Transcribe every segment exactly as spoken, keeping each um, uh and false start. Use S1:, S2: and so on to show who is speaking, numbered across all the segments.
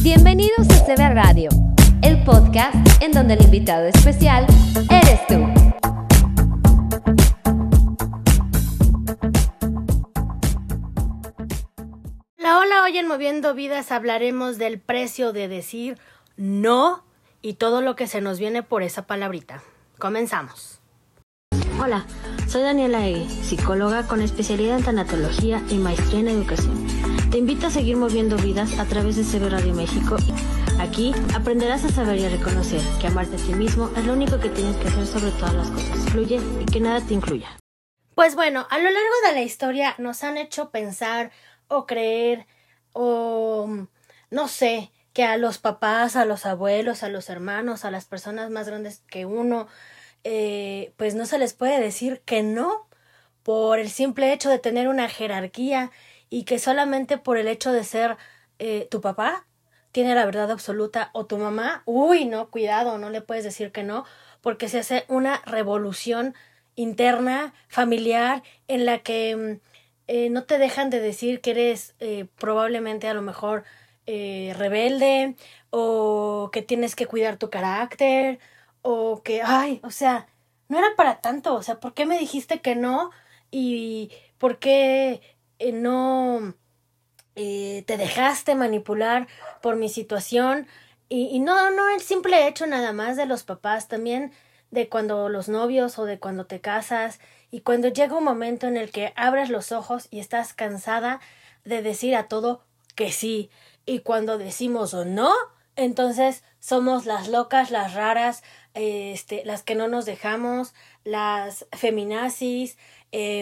S1: Bienvenidos a C B Radio, el podcast en donde el invitado especial eres tú.
S2: Hola, hola, hoy en Moviendo Vidas hablaremos del precio de decir no y todo lo que se nos viene por esa palabrita. Comenzamos.
S3: Hola, soy Daniela Egui, psicóloga con especialidad en tanatología y maestría en educación. Te invito a seguir moviendo vidas a través de C B Radio México. Aquí aprenderás a saber y a reconocer que amarte a ti mismo es lo único que tienes que hacer sobre todas las cosas. Fluye y que nada te incluya.
S2: Pues bueno, a lo largo de la historia nos han hecho pensar o creer o no sé, que a los papás, a los abuelos, a los hermanos, a las personas más grandes que uno, eh, pues no se les puede decir que no por el simple hecho de tener una jerarquía y que solamente por el hecho de ser eh, tu papá tiene la verdad absoluta o tu mamá, uy, no, cuidado, no le puedes decir que no, porque se hace una revolución interna, familiar, en la que eh, no te dejan de decir que eres eh, probablemente a lo mejor eh, rebelde o que tienes que cuidar tu carácter o que, ay, o sea, no era para tanto, o sea, ¿por qué me dijiste que no? Y ¿por qué eh, no eh, te dejaste manipular por mi situación? Y, y no, no el simple hecho nada más de los papás, también de cuando los novios o de cuando te casas y cuando llega un momento en el que abres los ojos y estás cansada de decir a todo que sí. Y cuando decimos o no, entonces somos las locas, las raras, eh, este, las que no nos dejamos, las feminazis, eh,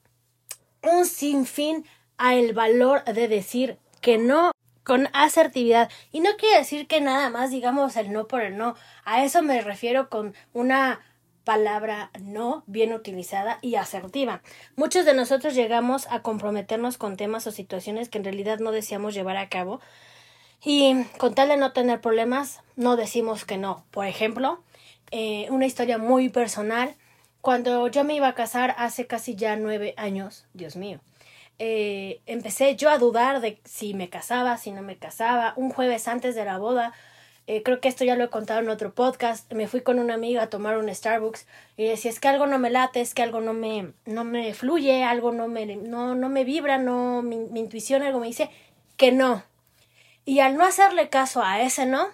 S2: un sinfín a el valor de decir que no con asertividad. Y no quiere decir que nada más digamos el no por el no. A eso me refiero con una palabra no bien utilizada y asertiva. Muchos de nosotros llegamos a comprometernos con temas o situaciones que en realidad no deseamos llevar a cabo y con tal de no tener problemas no decimos que no. Por ejemplo, eh, una historia muy personal. Cuando yo me iba a casar hace casi ya nueve años, Dios mío, eh, empecé yo a dudar de si me casaba, si no me casaba. Un jueves antes de la boda, eh, creo que esto ya lo he contado en otro podcast, me fui con una amiga a tomar un Starbucks y decía, es que algo no me late, es que algo no me, no me fluye, algo no me, no, no me vibra, no, mi, mi intuición algo me dice que no. Y al no hacerle caso a ese no,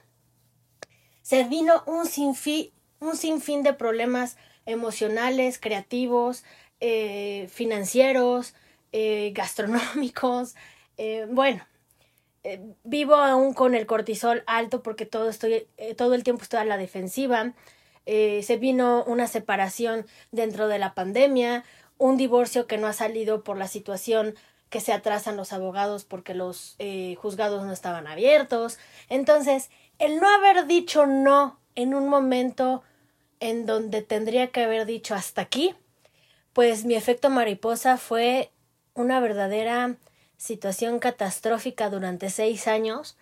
S2: se vino un sinfín, un sinfín de problemas emocionales, creativos, eh, financieros, eh, gastronómicos. Eh, bueno, eh, vivo aún con el cortisol alto porque todo, estoy, eh, todo el tiempo estoy a la defensiva. Eh, se vino una separación dentro de la pandemia, un divorcio que no ha salido por la situación que se atrasan los abogados porque los eh, juzgados no estaban abiertos. Entonces, el no haber dicho no en un momento en donde tendría que haber dicho hasta aquí, pues mi efecto mariposa fue una verdadera situación catastrófica durante seis años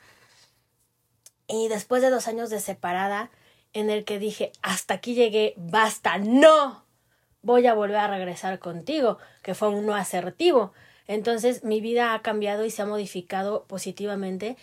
S2: y después de dos años de separada en el que dije hasta aquí llegué, basta, no voy a volver a regresar contigo, que fue un no asertivo. Entonces mi vida ha cambiado y se ha modificado positivamente,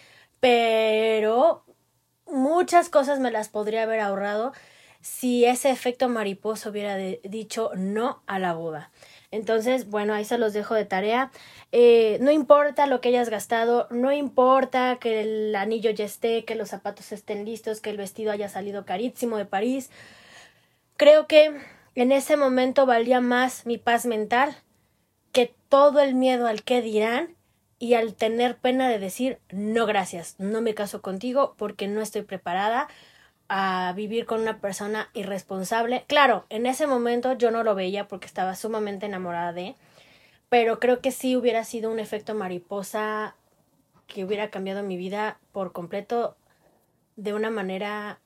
S2: pero muchas cosas me las podría haber ahorrado si ese efecto mariposa hubiera de, dicho no a la boda. Entonces, bueno, ahí se los dejo de tarea. Eh, no importa lo que hayas gastado, no importa que el anillo ya esté, que los zapatos estén listos, que el vestido haya salido carísimo de París. Creo que en ese momento valía más mi paz mental que todo el miedo al qué dirán y al tener pena de decir no gracias, no me caso contigo porque no estoy preparada a vivir con una persona irresponsable. Claro, en ese momento yo no lo veía porque estaba sumamente enamorada de, pero creo que sí hubiera sido un efecto mariposa que hubiera cambiado mi vida por completo de una manera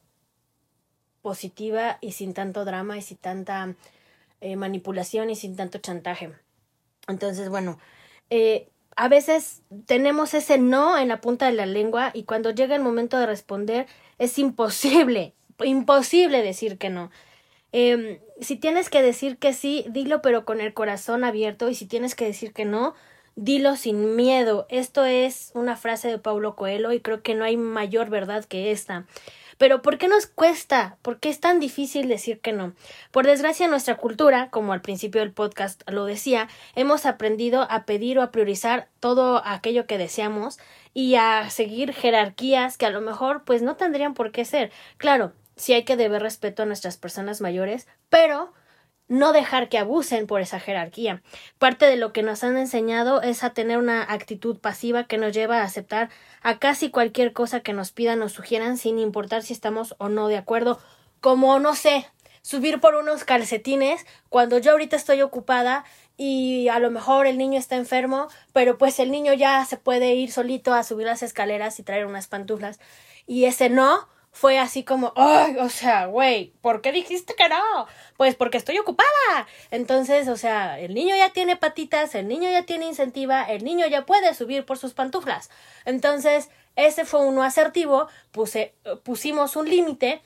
S2: positiva y sin tanto drama y sin tanta eh, manipulación y sin tanto chantaje. Entonces, bueno, eh, a veces tenemos ese no en la punta de la lengua y cuando llega el momento de responder es imposible, imposible decir que no. Eh, si tienes que decir que sí, dilo pero con el corazón abierto y si tienes que decir que no, Dilo sin miedo. Esto es una frase de Paulo Coelho y creo que no hay mayor verdad que esta. Pero ¿por qué nos cuesta? ¿Por qué es tan difícil decir que no? Por desgracia, en nuestra cultura, como al principio del podcast lo decía, hemos aprendido a pedir o a priorizar todo aquello que deseamos y a seguir jerarquías que a lo mejor pues no tendrían por qué ser. Claro, sí hay que deber respeto a nuestras personas mayores, pero no dejar que abusen por esa jerarquía. Parte de lo que nos han enseñado es a tener una actitud pasiva que nos lleva a aceptar a casi cualquier cosa que nos pidan o sugieran sin importar si estamos o no de acuerdo, como, no sé, subir por unos calcetines cuando yo ahorita estoy ocupada y a lo mejor el niño está enfermo, pero pues el niño ya se puede ir solito a subir las escaleras y traer unas pantuflas, y ese no fue así como, ay, o sea, güey, ¿por qué dijiste que no? Pues porque estoy ocupada. Entonces, o sea, el niño ya tiene patitas, el niño ya tiene incentiva, el niño ya puede subir por sus pantuflas. Entonces, ese fue uno asertivo, puse, pusimos un límite,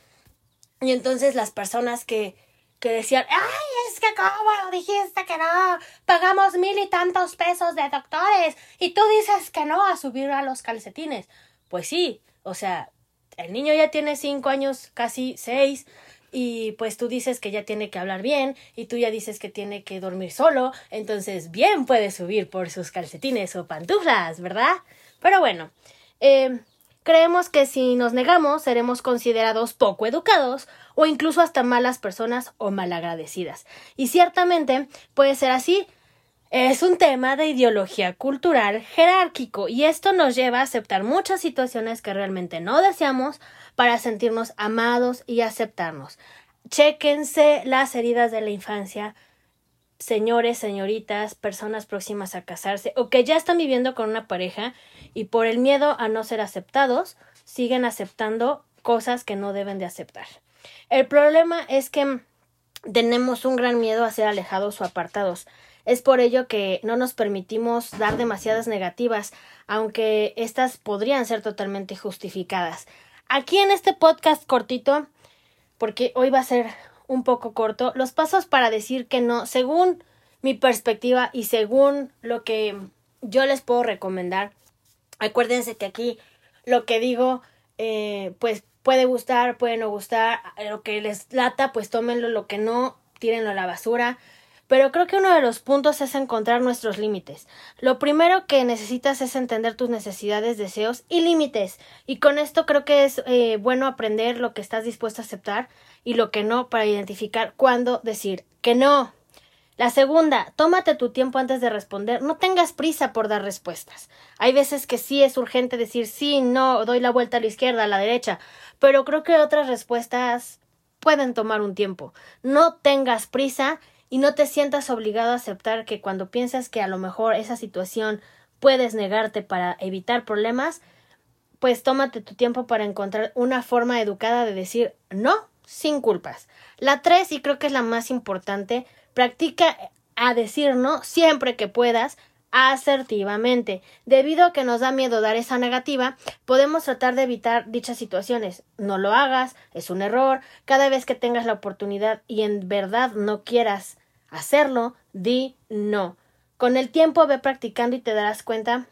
S2: y entonces las personas que, que decían, ay, es que cómo dijiste que no, pagamos mil y tantos pesos de doctores, y tú dices que no a subir a los calcetines. Pues sí, o sea, el niño ya tiene cinco años, casi seis, y pues tú dices que ya tiene que hablar bien, y tú ya dices que tiene que dormir solo, entonces bien puede subir por sus calcetines o pantuflas, ¿verdad? Pero bueno, eh, creemos que si nos negamos seremos considerados poco educados o incluso hasta malas personas o malagradecidas. Y ciertamente puede ser así. Es un tema de ideología cultural jerárquico y esto nos lleva a aceptar muchas situaciones que realmente no deseamos para sentirnos amados y aceptarnos. Chéquense las heridas de la infancia, señores, señoritas, personas próximas a casarse o que ya están viviendo con una pareja y por el miedo a no ser aceptados siguen aceptando cosas que no deben de aceptar. El problema es que tenemos un gran miedo a ser alejados o apartados. Es por ello que no nos permitimos dar demasiadas negativas, aunque estas podrían ser totalmente justificadas. Aquí en este podcast cortito, porque hoy va a ser un poco corto, los pasos para decir que no, según mi perspectiva y según lo que yo les puedo recomendar. Acuérdense que aquí lo que digo, eh, pues puede gustar, puede no gustar, lo que les lata, pues tómenlo, lo que no, tírenlo a la basura. Pero creo que uno de los puntos es encontrar nuestros límites. Lo primero que necesitas es entender tus necesidades, deseos y límites. Y con esto creo que es eh, bueno aprender lo que estás dispuesto a aceptar y lo que no para identificar cuándo decir que no. La segunda, tómate tu tiempo antes de responder. No tengas prisa por dar respuestas. Hay veces que sí es urgente decir sí, no, doy la vuelta a la izquierda, a la derecha. Pero creo que otras respuestas pueden tomar un tiempo. No tengas prisa. Y no te sientas obligado a aceptar que cuando piensas que a lo mejor esa situación puedes negarte para evitar problemas, pues tómate tu tiempo para encontrar una forma educada de decir no sin culpas. La tres, y creo que es la más importante, practica a decir no siempre que puedas, asertivamente. Debido a que nos da miedo dar esa negativa, podemos tratar de evitar dichas situaciones. No lo hagas, es un error. Cada vez que tengas la oportunidad y en verdad no quieras hacerlo, di no. Con el tiempo ve practicando y te darás cuenta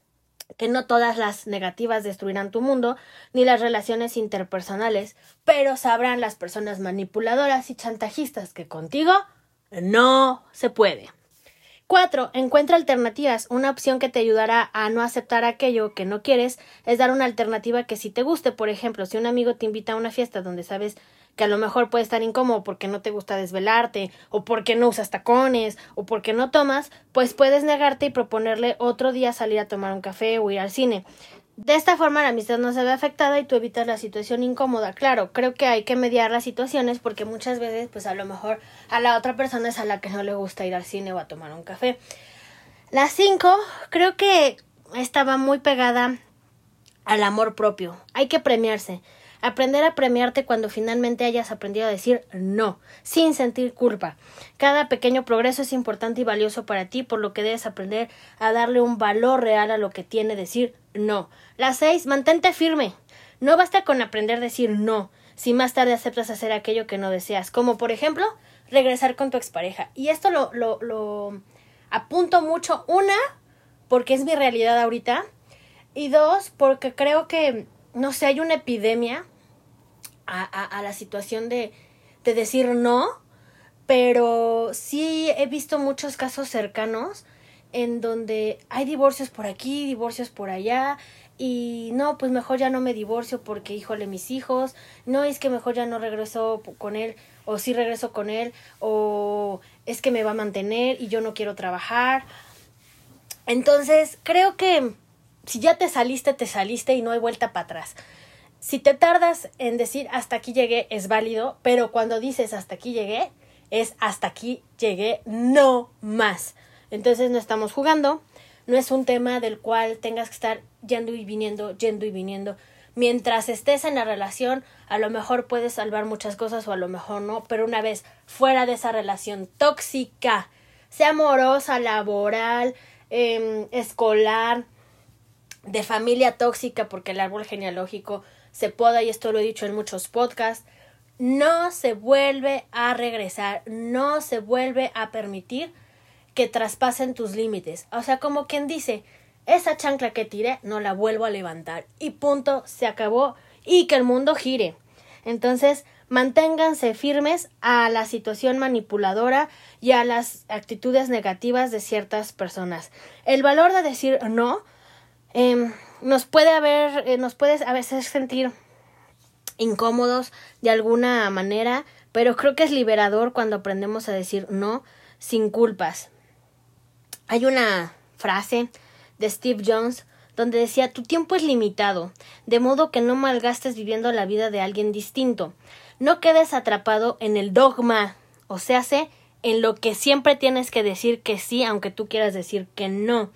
S2: que no todas las negativas destruirán tu mundo, ni las relaciones interpersonales, pero sabrán las personas manipuladoras y chantajistas que contigo no se puede. Cuatro. Encuentra alternativas. Una opción que te ayudará a no aceptar aquello que no quieres es dar una alternativa que sí te guste. Por ejemplo, si un amigo te invita a una fiesta donde sabes que a lo mejor puede estar incómodo porque no te gusta desvelarte, o porque no usas tacones, o porque no tomas, pues puedes negarte y proponerle otro día salir a tomar un café o ir al cine. De esta forma la amistad no se ve afectada y tú evitas la situación incómoda. Claro, creo que hay que mediar las situaciones porque muchas veces pues a lo mejor a la otra persona es a la que no le gusta ir al cine o a tomar un café. La cinco, creo que estaba muy pegada al amor propio. Hay que premiarse. Aprender a premiarte cuando finalmente hayas aprendido a decir no, sin sentir culpa. Cada pequeño progreso es importante y valioso para ti, por lo que debes aprender a darle un valor real a lo que tiene decir no. La seis, mantente firme. No basta con aprender a decir no, si más tarde aceptas hacer aquello que no deseas, como por ejemplo, regresar con tu expareja. Y esto lo, lo, lo apunto mucho, una, porque es mi realidad ahorita. Y dos, porque creo que, no sé, hay una epidemia a, a, a la situación de, de decir no, pero sí he visto muchos casos cercanos en donde hay divorcios por aquí, divorcios por allá, y no, pues mejor ya no me divorcio porque, híjole, mis hijos, no, es que mejor ya no regreso con él, o sí regreso con él, o es que me va a mantener y yo no quiero trabajar. Entonces, creo que si ya te saliste, te saliste y no hay vuelta para atrás. Si te tardas en decir hasta aquí llegué, es válido, pero cuando dices hasta aquí llegué, es hasta aquí llegué, no más. Entonces no estamos jugando, no es un tema del cual tengas que estar yendo y viniendo, yendo y viniendo. Mientras estés en la relación, a lo mejor puedes salvar muchas cosas o a lo mejor no, pero una vez fuera de esa relación tóxica, sea amorosa, laboral, eh, escolar, de familia tóxica, porque el árbol genealógico se poda, y esto lo he dicho en muchos podcasts, no se vuelve a regresar, no se vuelve a permitir que traspasen tus límites. O sea, como quien dice, esa chancla que tiré no la vuelvo a levantar y punto, se acabó, y que el mundo gire. Entonces, manténganse firmes a la situación manipuladora y a las actitudes negativas de ciertas personas. El valor de decir no eh, nos puede haber, eh, nos puede a veces sentir incómodos de alguna manera, pero creo que es liberador cuando aprendemos a decir no sin culpas. Hay una frase de Steve Jobs donde decía: tu tiempo es limitado, de modo que no malgastes viviendo la vida de alguien distinto. No quedes atrapado en el dogma, o sea, sé, en lo que siempre tienes que decir que sí, aunque tú quieras decir que no.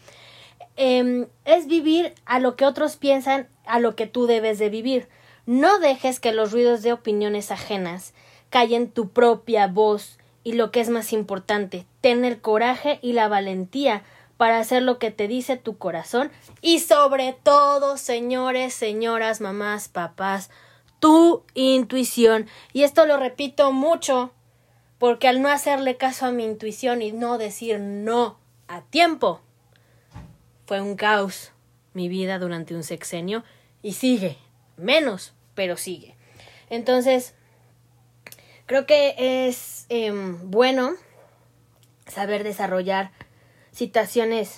S2: Eh, es vivir a lo que otros piensan, a lo que tú debes de vivir. No dejes que los ruidos de opiniones ajenas callen tu propia voz, y lo que es más importante, ten el coraje y la valentía para hacer lo que te dice tu corazón, y sobre todo, señores, señoras, mamás, papás, tu intuición. Y esto lo repito mucho, porque al no hacerle caso a mi intuición y no decir no a tiempo, fue un caos mi vida durante un sexenio, y sigue, menos, pero sigue. Entonces, creo que es eh, bueno saber desarrollar situaciones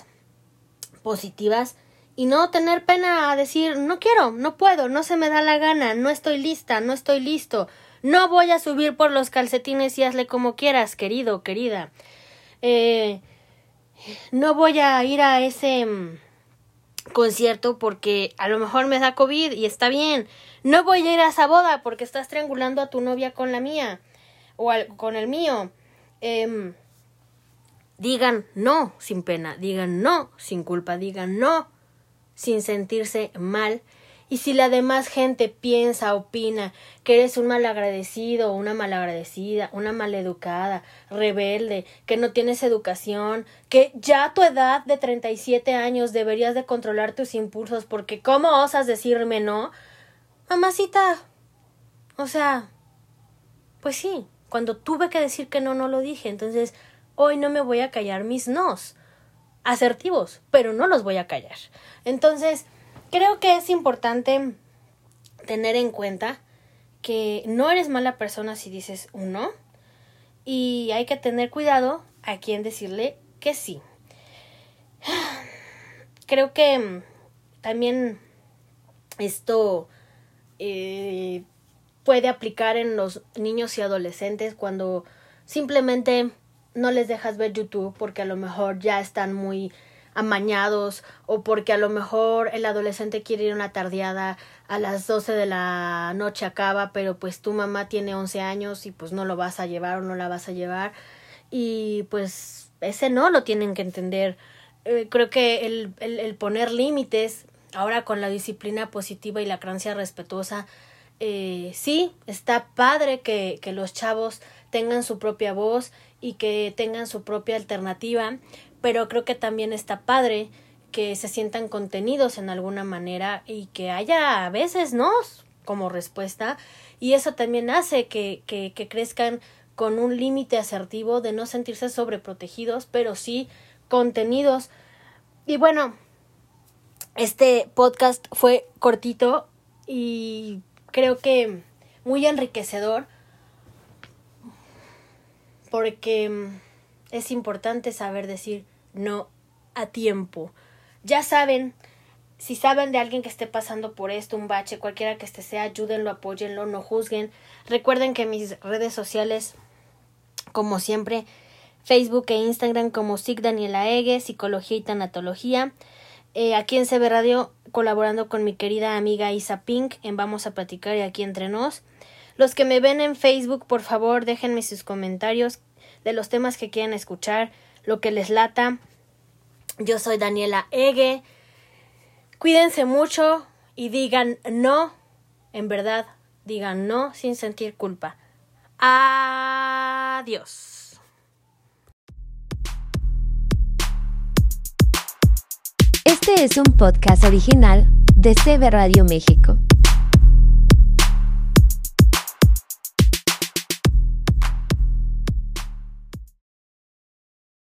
S2: positivas y no tener pena a decir no quiero, no puedo, no se me da la gana, no estoy lista, no estoy listo, no voy a subir por los calcetines y hazle como quieras, querido, querida. Eh, no voy a ir a ese um, concierto porque a lo mejor me da COVID y está bien. No voy a ir a esa boda porque estás triangulando a tu novia con la mía o al, con el mío. Eh, digan no sin pena, digan no sin culpa, digan no sin sentirse mal. Y si la demás gente piensa, opina que eres un malagradecido, una malagradecida, una maleducada, rebelde, que no tienes educación, que ya a tu edad de treinta y siete años deberías de controlar tus impulsos, porque ¿cómo osas decirme no? Mamacita, o sea, pues sí, cuando tuve que decir que no, no lo dije. Entonces, hoy no me voy a callar mis nos, asertivos, pero no los voy a callar. Entonces, creo que es importante tener en cuenta que no eres mala persona si dices un no, y hay que tener cuidado a quién decirle que sí. Creo que también esto eh, puede aplicar en los niños y adolescentes cuando simplemente no les dejas ver YouTube porque a lo mejor ya están muy amañados, o porque a lo mejor el adolescente quiere ir a una tardeada a las doce de la noche acaba, pero pues tu mamá tiene once años y pues no lo vas a llevar o no la vas a llevar, y pues ese no lo tienen que entender. Eh, creo que el, el, el poner límites ahora con la disciplina positiva y la creencia respetuosa, eh, sí, está padre que, que los chavos tengan su propia voz y que tengan su propia alternativa, pero creo que también está padre que se sientan contenidos en alguna manera y que haya a veces no como respuesta, y eso también hace que, que, que crezcan con un límite asertivo de no sentirse sobreprotegidos, pero sí contenidos. Y bueno, este podcast fue cortito y creo que muy enriquecedor, porque es importante saber decir no a tiempo. Ya saben, si saben de alguien que esté pasando por esto, un bache, cualquiera que este sea, ayúdenlo, apóyenlo, no juzguen. Recuerden que mis redes sociales, como siempre, Facebook e Instagram como Psic Daniela Ege, Psicología y Tanatología. Eh, aquí en C B Radio, colaborando con mi querida amiga Isa Pink en Vamos a Platicar y Aquí Entre Nos. Los que me ven en Facebook, por favor, déjenme sus comentarios de los temas que quieran escuchar, lo que les lata. Yo soy Daniela Ege. Cuídense mucho y digan no, en verdad, digan no sin sentir culpa. Adiós.
S1: Este es un podcast original de C B Radio México.